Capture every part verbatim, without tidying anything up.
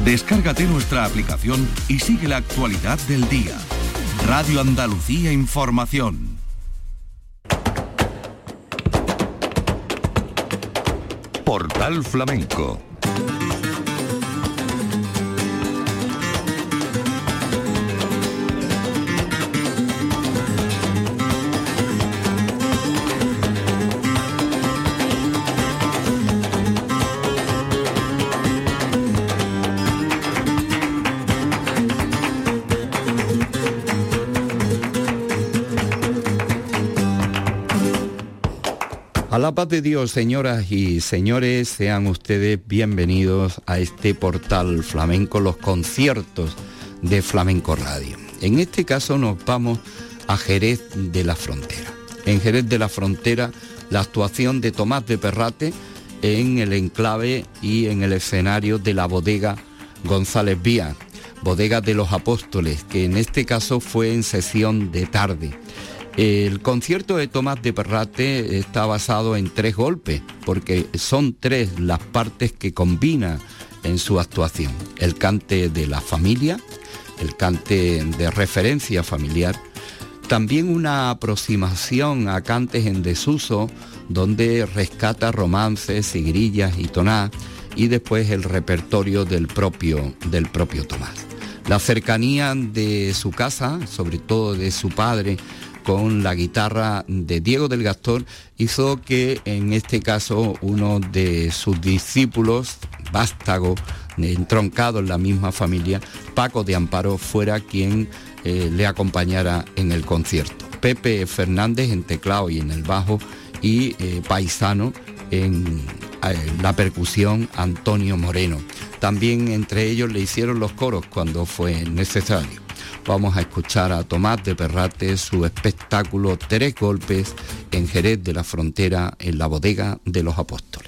Descárgate nuestra aplicación y sigue la actualidad del día. Radio Andalucía Información. Portal Flamenco. A la paz de Dios, señoras y señores, sean ustedes bienvenidos a este portal flamenco, los conciertos de Flamenco Radio. En este caso nos vamos a Jerez de la Frontera. En Jerez de la Frontera, la actuación de Tomás de Perrate en el enclave y en el escenario de la bodega González Vía, bodega de los Apóstoles, que en este caso fue en sesión de tarde. El concierto de Tomás de Perrate está basado en tres golpes, porque son tres las partes que combina en su actuación. El cante de la familia, el cante de referencia familiar, también una aproximación a cantes en desuso, donde rescata romances, sigrillas y tonás, y después el repertorio del propio, del propio Tomás. La cercanía de su casa, sobre todo de su padre, con la guitarra de Diego del Gastor, hizo que en este caso uno de sus discípulos, vástago, entroncado en la misma familia, Paco de Amparo, fuera quien eh, le acompañara en el concierto. Pepe Fernández en teclado y en el bajo, y eh, paisano en eh, la percusión, Antonio Moreno. También entre ellos le hicieron los coros cuando fue necesario. Vamos a escuchar a Tomás de Perrate, su espectáculo Tres Golpes en Jerez de la Frontera, en la bodega de los Apóstoles.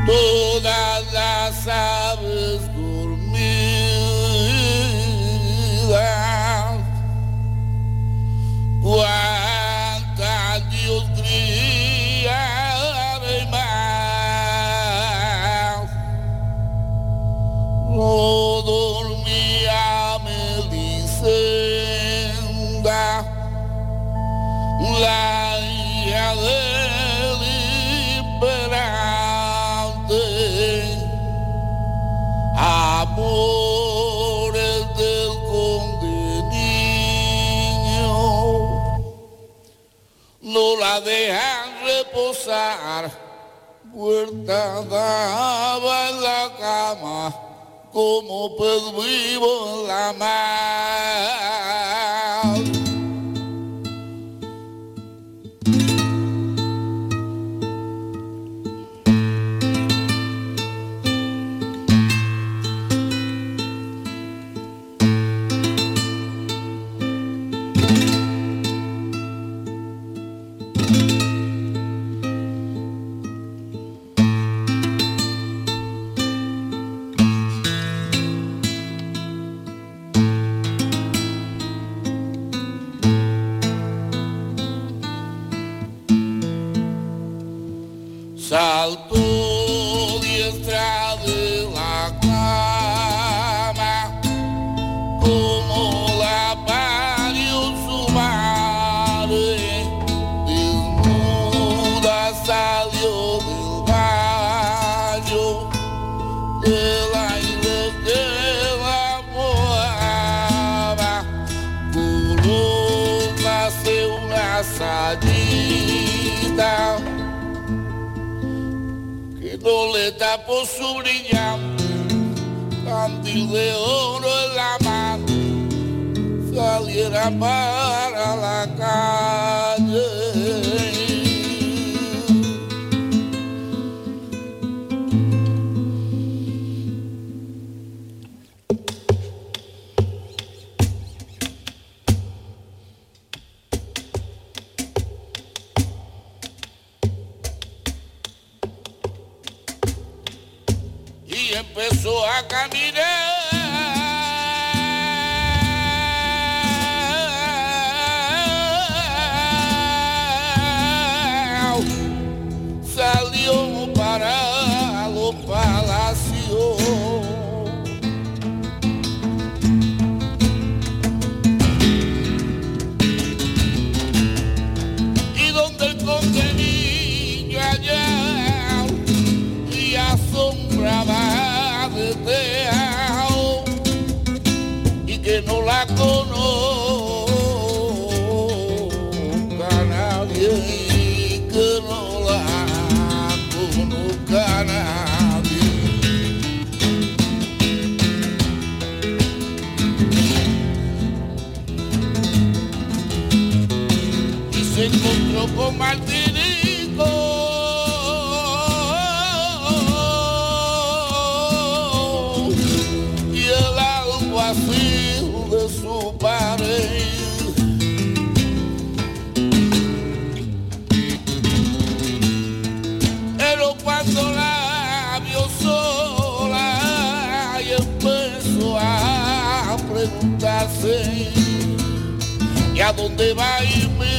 todas las aves dormidas, cuántas Dios criaré más. No dormía Melisenda, la hija del imperante, amores del conde niño, no la dejan reposar, puerta daba en la cama, como pez vivo en la mar. Saltó diestra de la cama, como la parió su madre, desnuda salió del baño, del aire que la mojaba, colócase una sayita, no le tapó su brillante candil de oro en la mano, saliera para la calle. Y empezó a caminar, salió para los palacios, y donde el conde niño allá y asombraba y que no la conozca nadie, y que no la conozca nadie. Y se encontró con Martinico, de su pared, pero cuando la vio sola y empezó a preguntarse, ¿y a dónde va a ir mi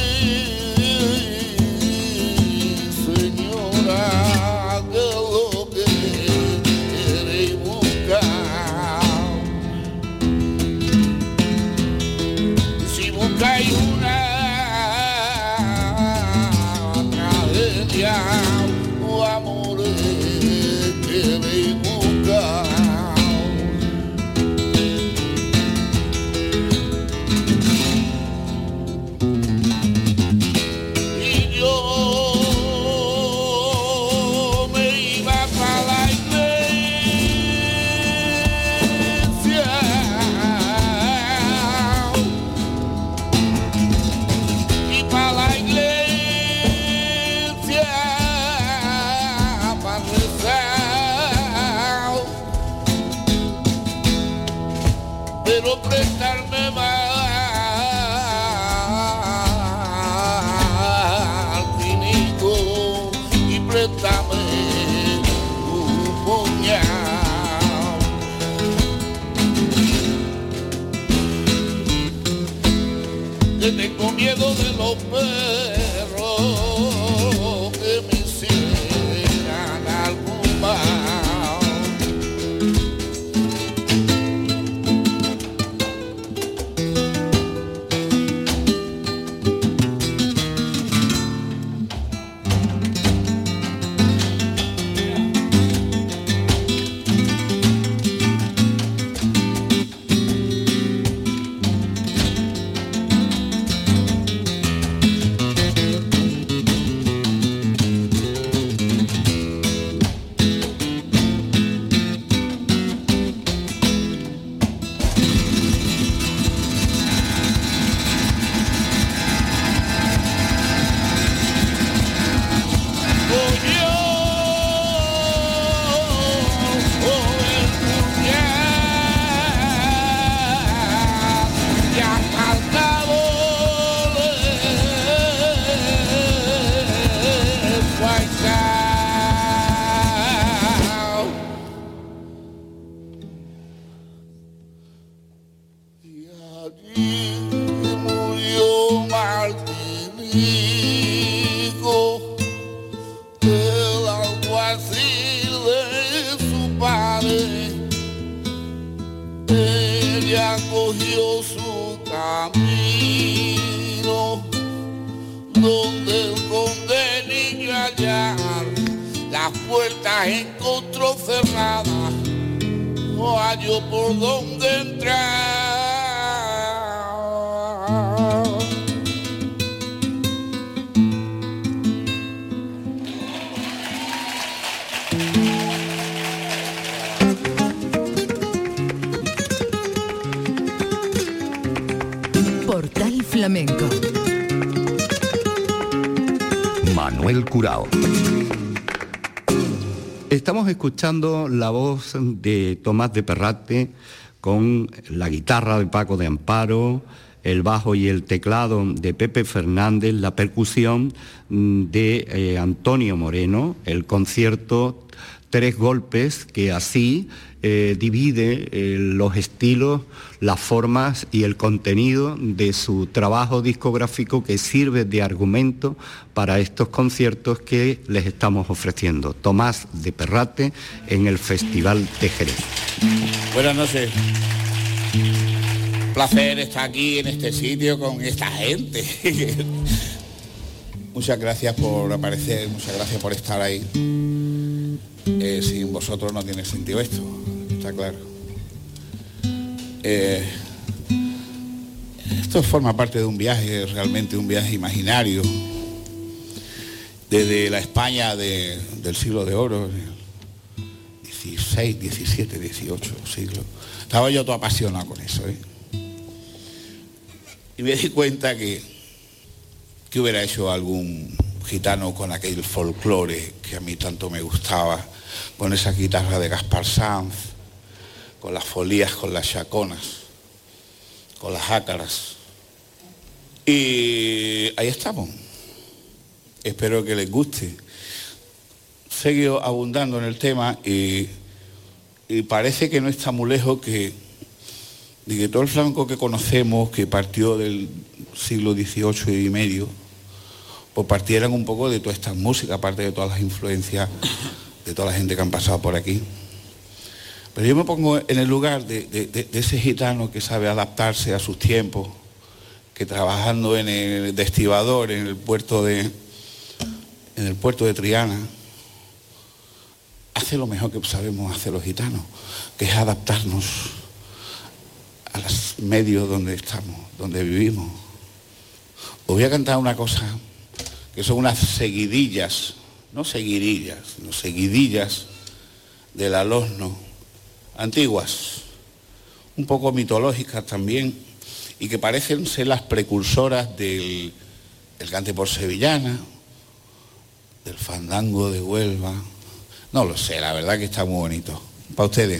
señora? ¿Qué es lo que quiere buscar? Hay una tragedia o amores que me buscan. Y yo me iba para la iglesia, que tengo miedo de los perros que me hicieran algún mal. Portal Flamenco. Manuel Curao. Estamos escuchando la voz de Tomás de Perrate con la guitarra de Paco de Amparo, el bajo y el teclado de Pepe Fernández, la percusión de eh, Antonio Moreno, el concierto Tres Golpes, que así eh, divide eh, los estilos, las formas y el contenido de su trabajo discográfico que sirve de argumento para estos conciertos que les estamos ofreciendo. Tomás de Perrate en el Festival de Jerez. Buenas noches. Placer estar aquí en este sitio con esta gente. Muchas gracias por aparecer, muchas gracias por estar ahí. Eh, sin vosotros no tiene sentido esto, está claro. Eh, esto forma parte de un viaje, realmente un viaje imaginario, desde la España de, del siglo de oro, dieciséis, diecisiete, dieciocho siglo. Estaba yo todo apasionado con eso, ¿eh? Y me di cuenta que, que hubiera hecho algún gitano con aquel folclore que a mí tanto me gustaba, con esa guitarra de Gaspar Sanz, con las folías, con las chaconas, con las ácaras. Y ahí estamos. Espero que les guste. Seguido abundando en el tema y, y parece que no está muy lejos que, de que todo el flamenco que conocemos, que partió del siglo dieciocho y medio, pues partieran un poco de toda esta música, aparte de todas las influencias de toda la gente que han pasado por aquí. Pero yo me pongo en el lugar de, de, de, de ese gitano que sabe adaptarse a sus tiempos, que trabajando en el de estibador en el puerto de, en el puerto de Triana, hace lo mejor que sabemos hacer los gitanos, que es adaptarnos a los medios donde estamos, donde vivimos. Os voy a cantar una cosa que son unas seguidillas, no seguidillas, sino seguidillas del alosno, antiguas, un poco mitológicas también, y que parecen ser las precursoras del, del cante por sevillana, del fandango de Huelva. No lo sé, la verdad que está muy bonito. Para ustedes.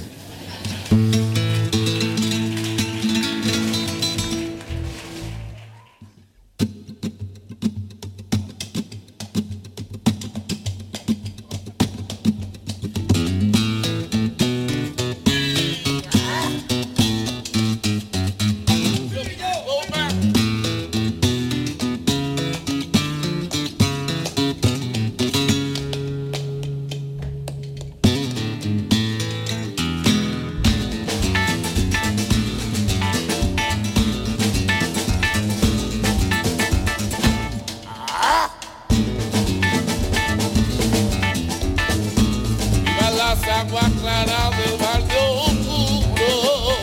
agua clara del barrio oscuro,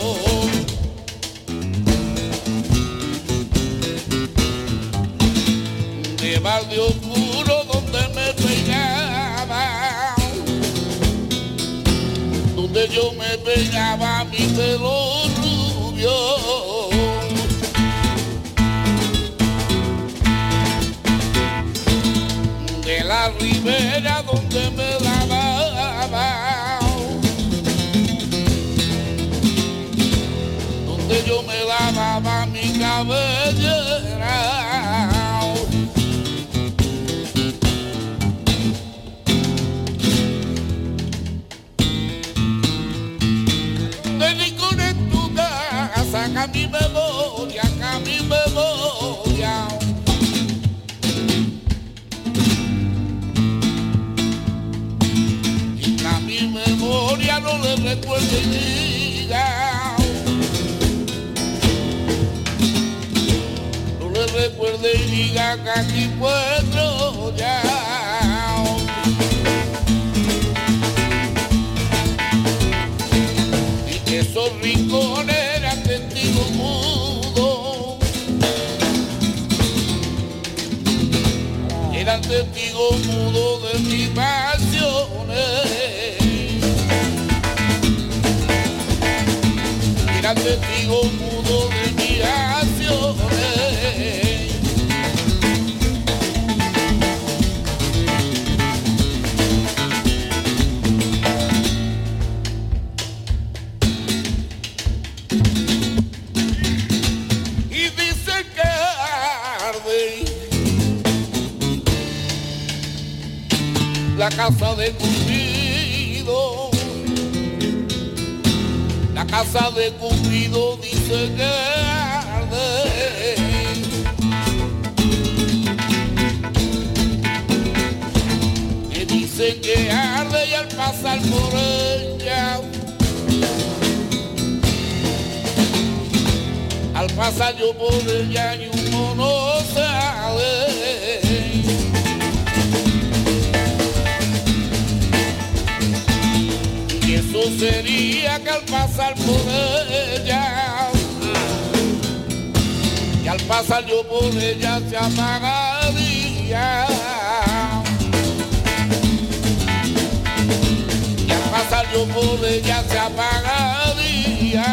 de barrio oscuro donde me peinaba, donde yo me peinaba mi pelo rubio, de la ribera donde me lavaba, donde yo me lavaba mi cabellera. Saca mi memoria, saca mi memoria. Y a mi memoria no le recuerde y diga, no le recuerde y diga que aquí puedo ya. Y que esos rincones testigo mudo, eran testigos mudos de mis pasiones, eran testigos mudos de mis acciones. La casa de Cupido, la casa de Cupido dice que arde, que dice que arde y al pasar por ella, al pasar yo por ella y un mono sale. Eso sería que al pasar por ella, y al pasar yo por ella se apagaría, y al pasar yo por ella se apagaría.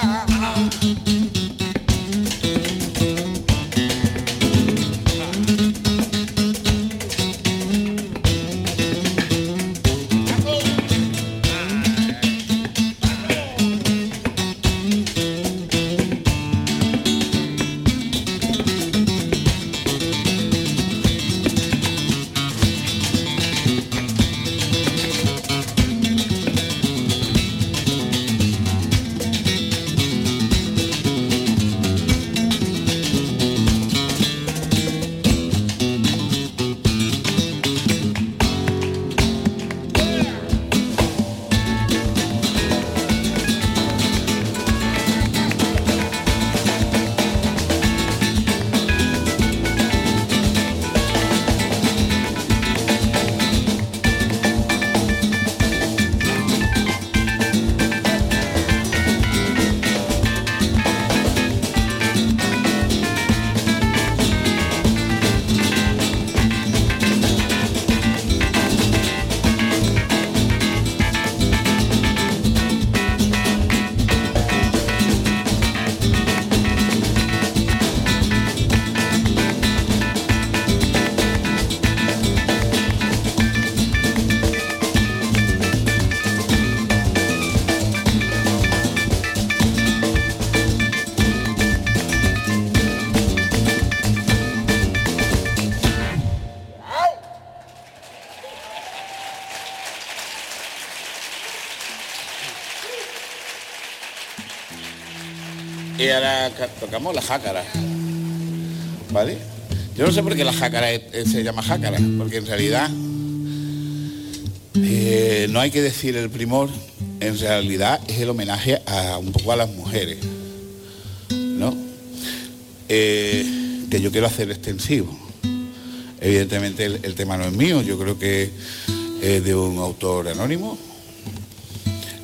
Y ahora tocamos la jácara, ¿vale? Yo no sé por qué la jácara es, es, se llama jácara, porque en realidad eh, no hay que decir el primor, en realidad es el homenaje a un poco a las mujeres, ¿no? Eh, que yo quiero hacer extensivo. Evidentemente el, el tema no es mío, yo creo que es de un autor anónimo,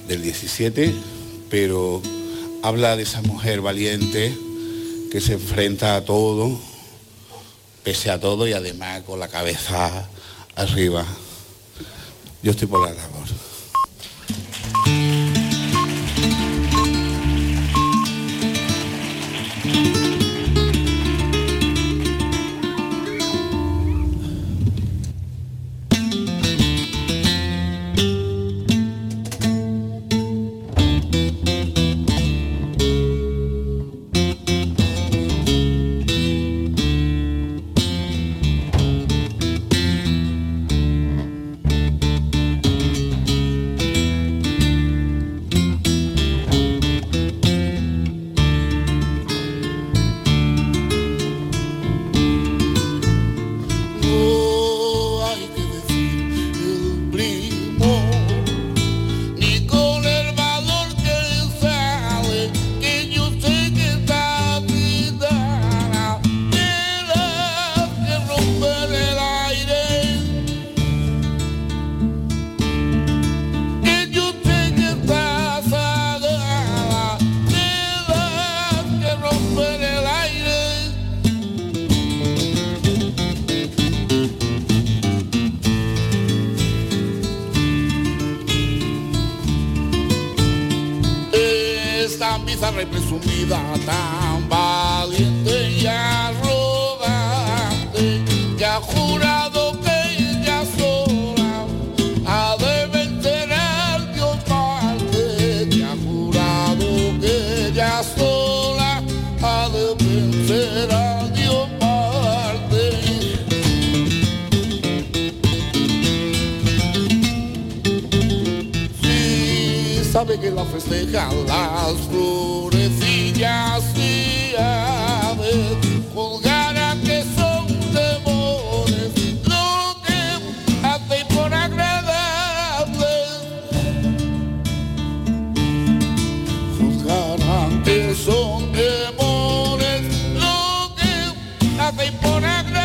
del diecisiete, pero habla de esa mujer valiente que se enfrenta a todo, pese a todo y además con la cabeza arriba. Yo estoy por la labor. bizarra y presumida, tan valiente y arrogante, que ha jurado que ella sola ha de vencer al Dios Marte, que ha jurado que ella sola ha de vencer al Dios Marte. Sí, sabe que la festejan las florecillas y a ver, juzgará que son demonios lo que hacen por agradable. Juzgarán que son demonios lo que hacen por agradable.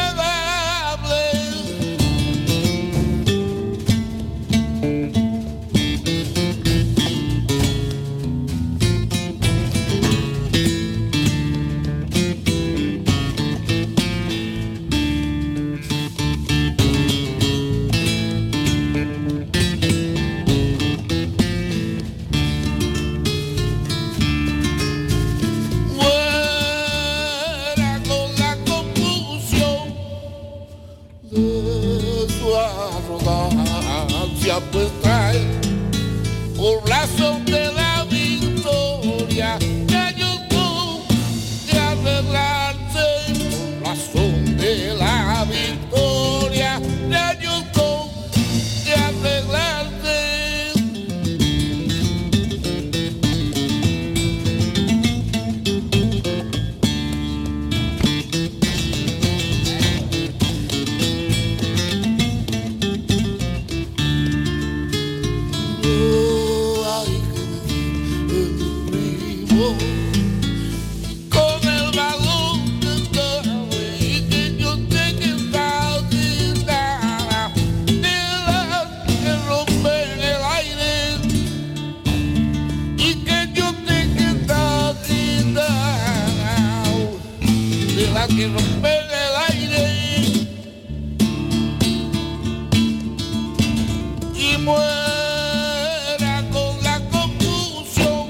Pues trae por razón de la victoria que ayudó de arreglarse, por razón de la victoria que ayudó de arreglarse. Que romper el aire y muera con la confusión.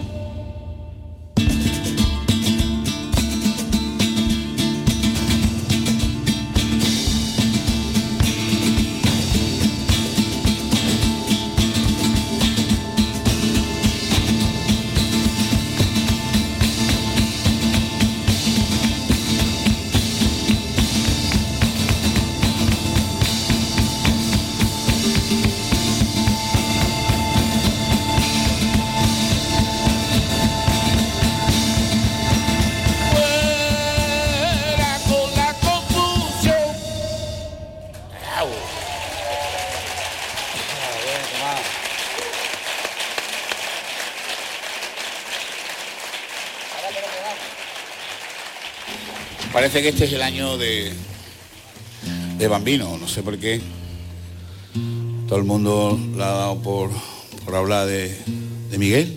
Parece que este es el año de, de Bambino, no sé por qué. Todo el mundo le ha dado por, por hablar de, de Miguel.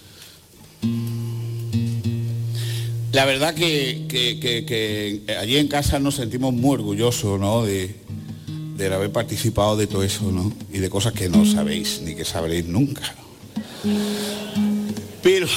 La verdad que, que, que, que allí en casa nos sentimos muy orgullosos, ¿no?, de, de haber participado de todo eso, ¿no?, y de cosas que no sabéis ni que sabréis nunca. Pero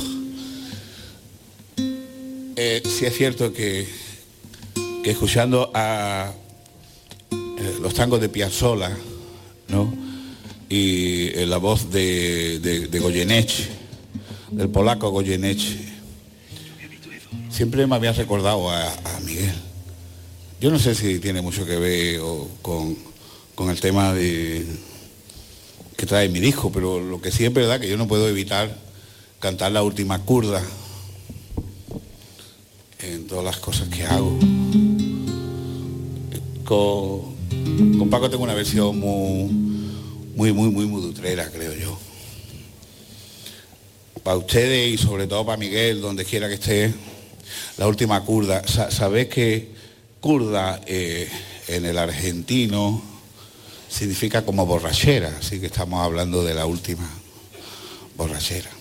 eh, sí es cierto que, que escuchando a eh, los tangos de Piazzolla, ¿no?, y eh, la voz de, de, de Goyeneche, del polaco Goyeneche, siempre me había recordado a, a Miguel. Yo no sé si tiene mucho que ver o, con, con el tema de, que trae mi disco, pero lo que sí es verdad que yo no puedo evitar cantar la última curda en todas las cosas que hago. Con, con Paco tengo una versión muy, muy, muy, muy mudutrera, creo yo. Para ustedes y sobre todo para Miguel, donde quiera que esté, la última curda. Sabéis que curda eh, en el argentino significa como borrachera, así que estamos hablando de la última borrachera.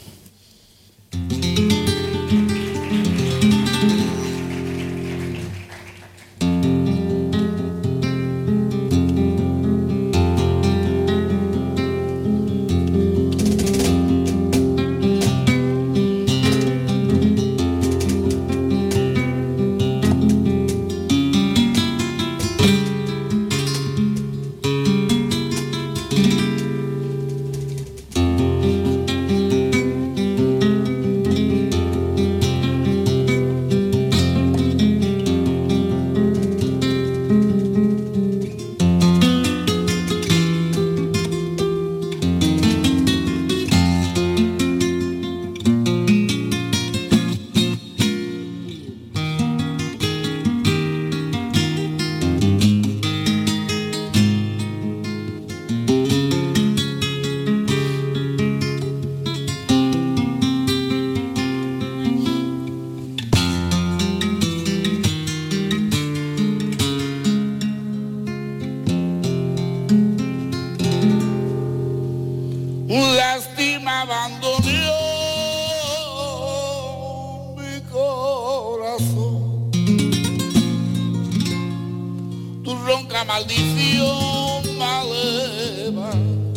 Maldición maleva,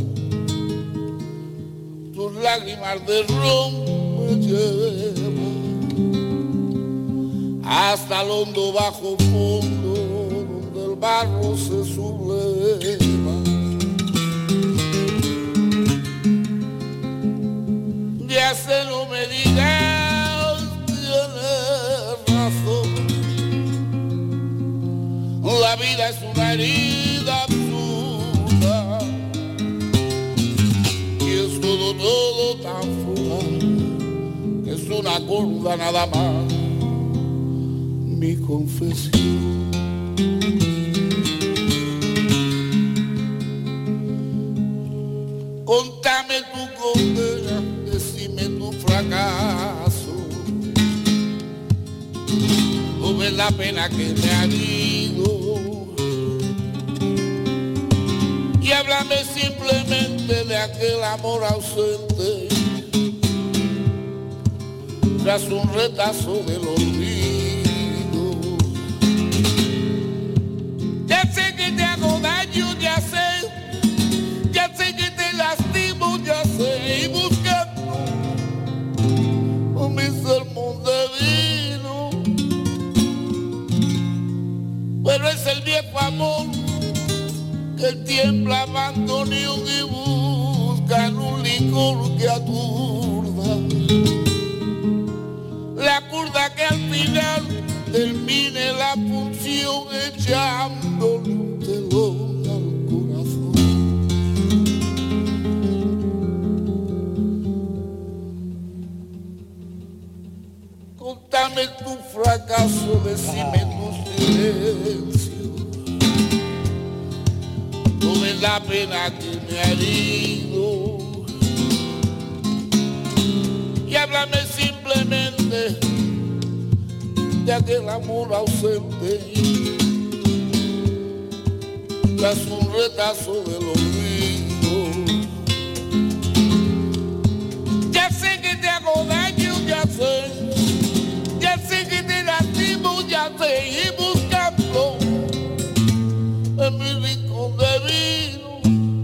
tus lágrimas de ron me llevo hasta el hondo bajo fondo donde el barro se subleva. Ya se no me digas, tienes razón. La vida es una herida absurda y es todo, todo tan fugaz que es una curda nada más, mi confesión. Contame tu condena, decime tu fracaso, no ves la pena que me ha ido. Y háblame simplemente de aquel amor ausente tras un retazo del olvido. Ya sé que te hago daño, ya sé, ya sé que te lastimo, ya sé, y buscando mi sermón de vino, pero es el viejo amor que tiembla abandonado y busca en un licor que aturda, la curda que al final termine la función echándole un telón al corazón. Contame tu fracaso, decime tu silencio, no ves la pena que me ha herido. Y háblame simplemente de aquel amor ausente tras un retazo del olvido. que te hago daño, ya sé, ya sé que te lastimo, ya sé, y buscando en mi rincón de vino.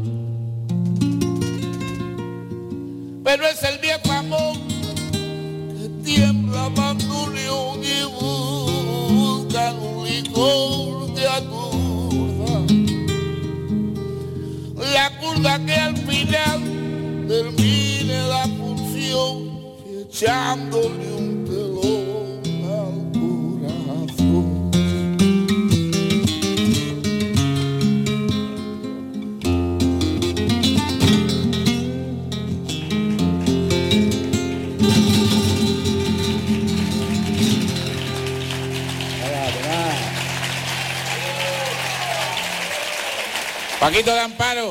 Pero es el viejo amor que tiembla bandoneón y busca un licor de aturda. La curda que al final termine la función y echándole un telón al corazón. Paquito de Amparo.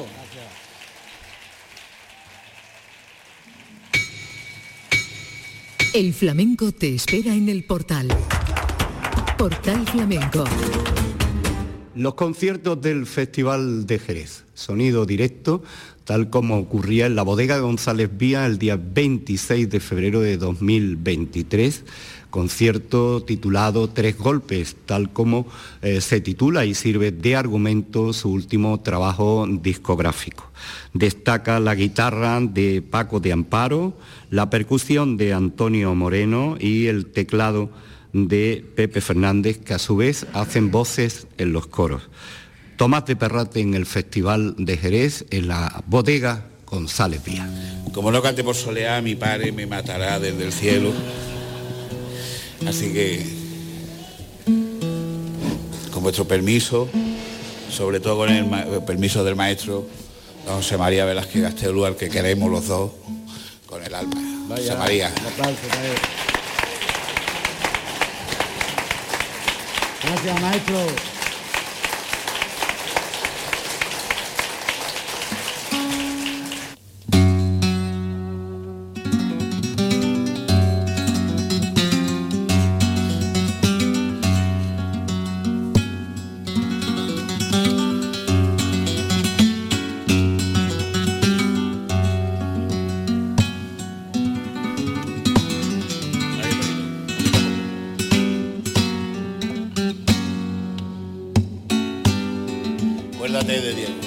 El flamenco te espera en el Portal. Portal Flamenco. Los conciertos del Festival de Jerez, sonido directo, tal como ocurría en la Bodega González Vía el día veintiséis de febrero de dos mil veintitrés, concierto titulado Tres Golpes, tal como eh, se titula y sirve de argumento su último trabajo discográfico. Destaca la guitarra de Paco de Amparo, la percusión de Antonio Moreno y el teclado de Pepe Fernández, que a su vez hacen voces en los coros. Tomás de Perrate en el Festival de Jerez, en la Bodega González Vía. Como no cante por soleá, mi padre me matará desde el cielo. Así que, con vuestro permiso, sobre todo con el, el permiso del maestro don José María Velázquez Gastelu, al que queremos los dos, con el alma. Vaya, José María. Un aplauso para él. Gracias, maestro. Acuérdate de Diego.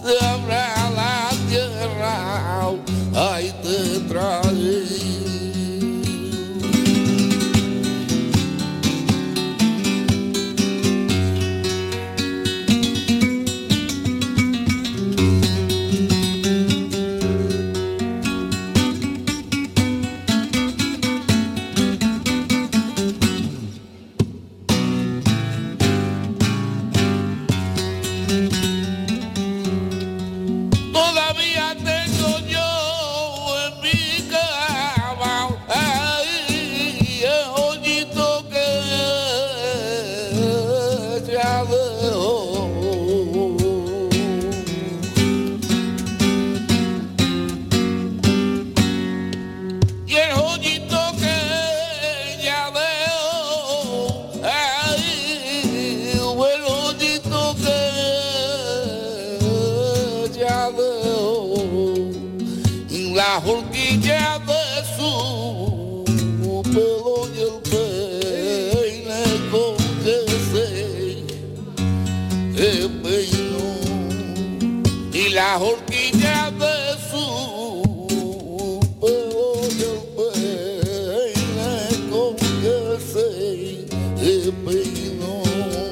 habrá la tierra, ahí te trae. La horquilla de su pelo y el peine con que se peinó, y la horquilla de su pelo y el peine con que se peinó.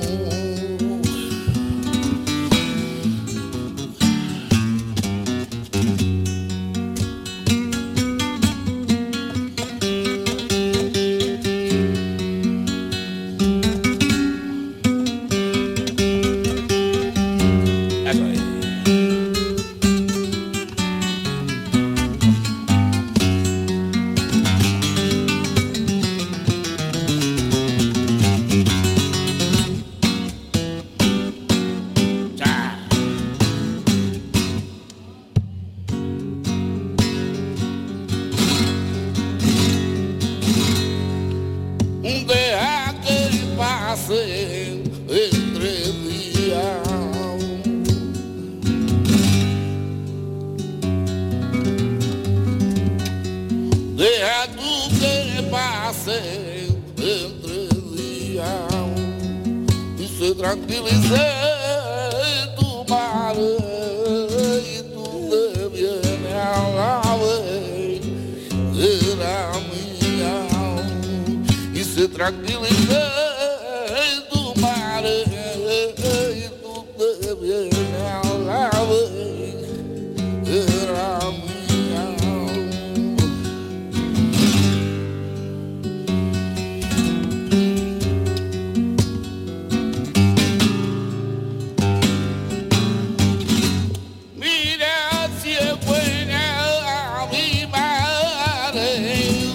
Deja que pase entre días, deja tú que pase entre días y se tranquilice tu madre y tú te vienes a la vez era mía. Se tranquilice tu madre y tú te vienes a la vez, era mía. Mira si es buena mi madre.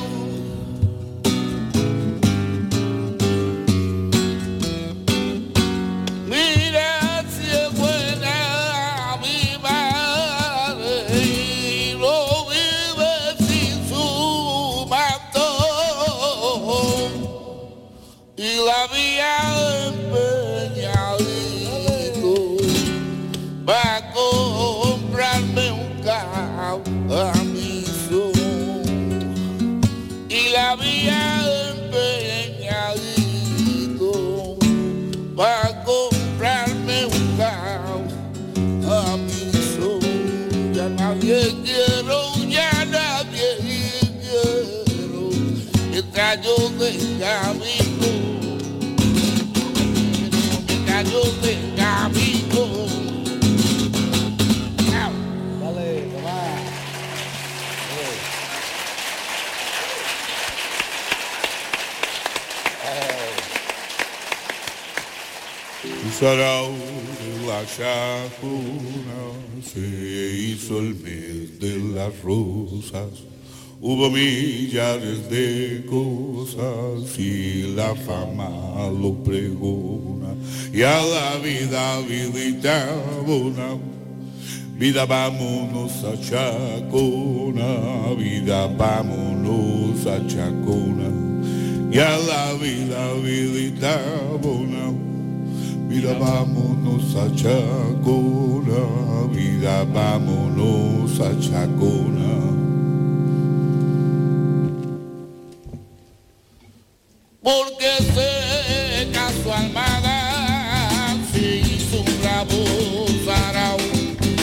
La había empeñadito para comprarme un camisa y la había empeñadito para comprarme un camisa. Ya nadie quiero, ya nadie quiero, mientras yo tenga mi yo tenga amigo. Dale, Tomás. Un sarao de la chacuna se hizo el mes de las rosas. Hubo millares de cosas y la fama lo pregona. Y a la vida, vidita bona, vida vámonos a Chacona, vida vámonos a Chacona. Y a la vida, vidita bona, vida vámonos a Chacona, vida vámonos a Chacona. Porque se casó Almada, se hizo un rabo sarao,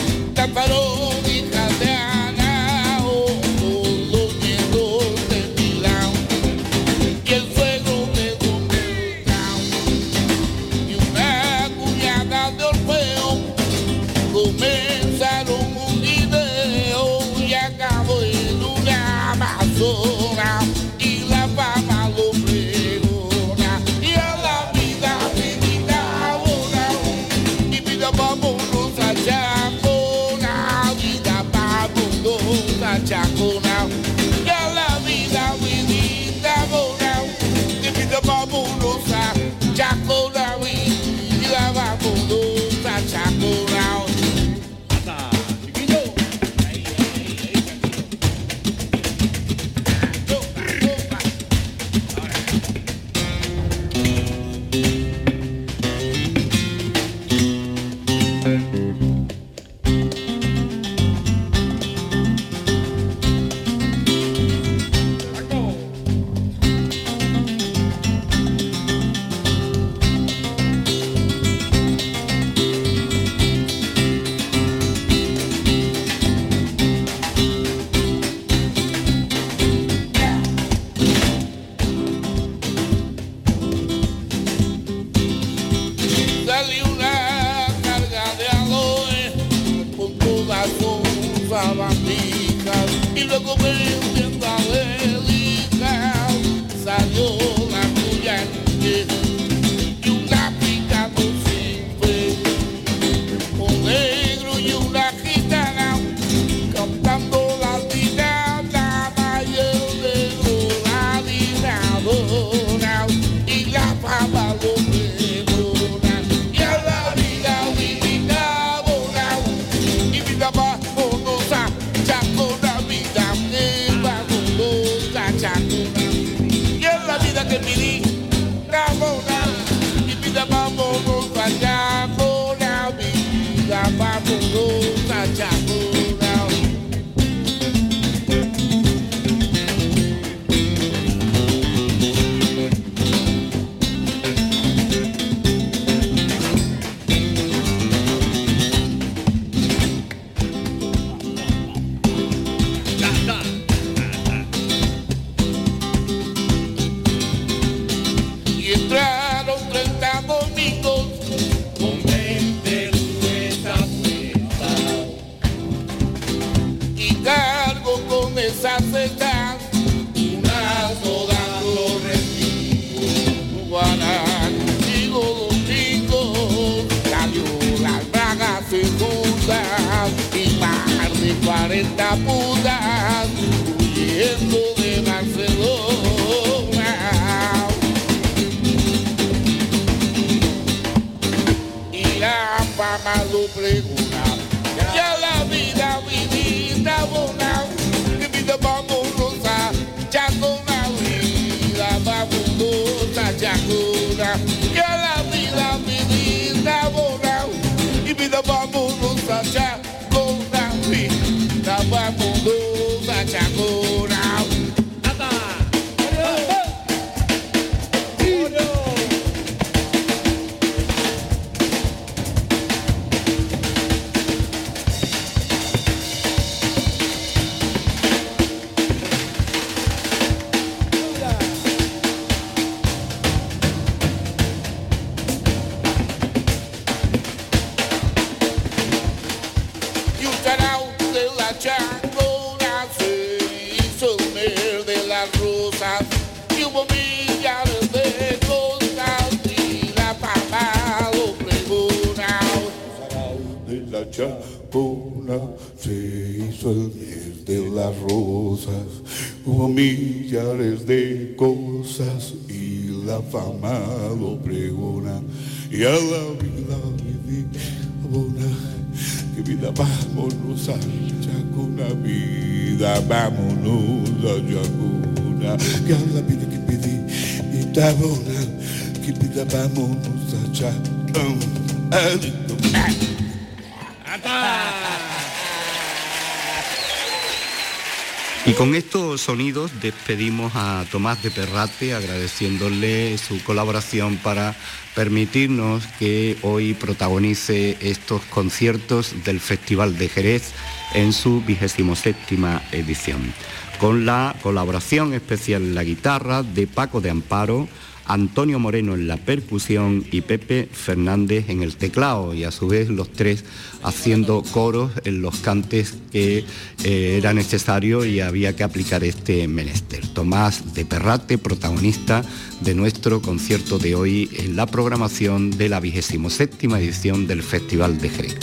Chacona se hizo el mes de las rosas, hubo millares de cosas y la fama lo pregona, y a la vida abona, que vida vámonos a Chacona, vida vámonos a Chacona, que a la vida que pedí y abona, que vida vámonos a Chacona. Y con estos sonidos despedimos a Tomás de Perrate, agradeciéndole su colaboración para permitirnos que hoy protagonice estos conciertos del Festival de Jerez en su vigésimo séptima edición, con la colaboración especial en la guitarra de Paco de Amparo, Antonio Moreno en la percusión y Pepe Fernández en el teclado, y a su vez los tres haciendo coros en los cantes que eh, era necesario y había que aplicar este menester. Tomás de Perrate, protagonista de nuestro concierto de hoy en la programación de la vigésimo séptima edición del Festival de Jerez.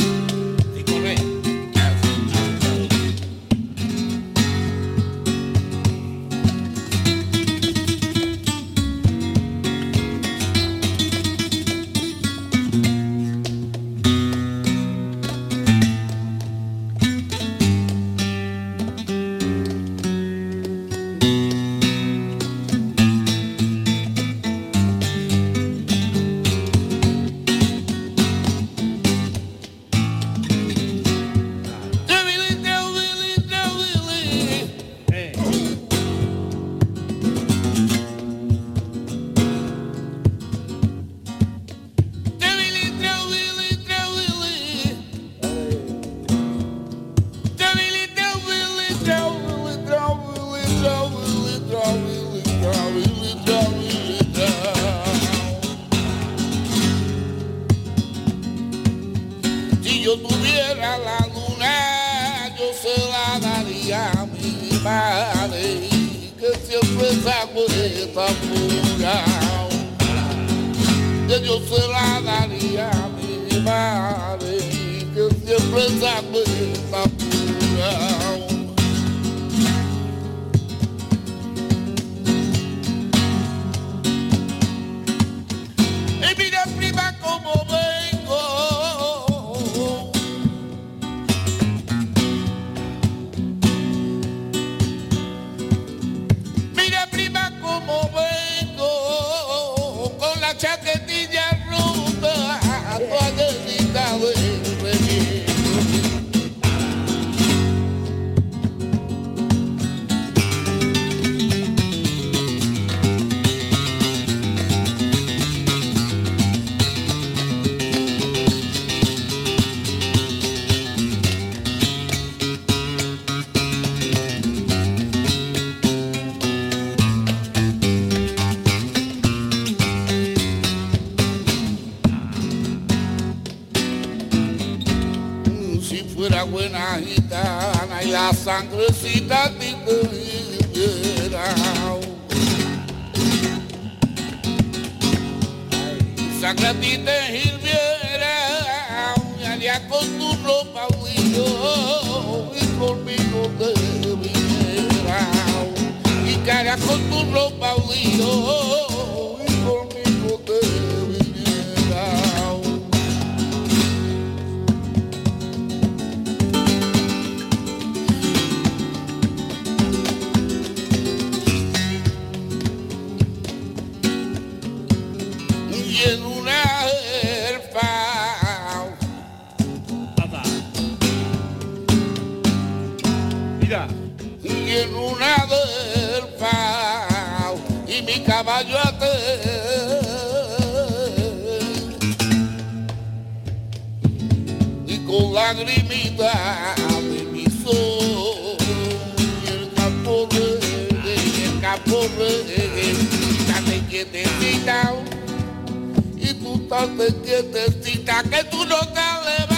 Si yo tuviera la luna, yo se la daría a mi madre, que siempre saco esta pura. Que yo se la daría a mi madre, que siempre saco esta pura. Buena gitana y la sangrecita te hirviera, sangre a ti te hirviera, y haría con tu ropa huido y conmigo te viniera, y que haría con tu ropa huido y conmigo te viniera. En una herpa, mira, y en una herpa, y mi caballo até, y con lagrimita de mi sol, y el campo de, y el campo de, estate quietecita. Tú estate quietecita, que tú no te alejes.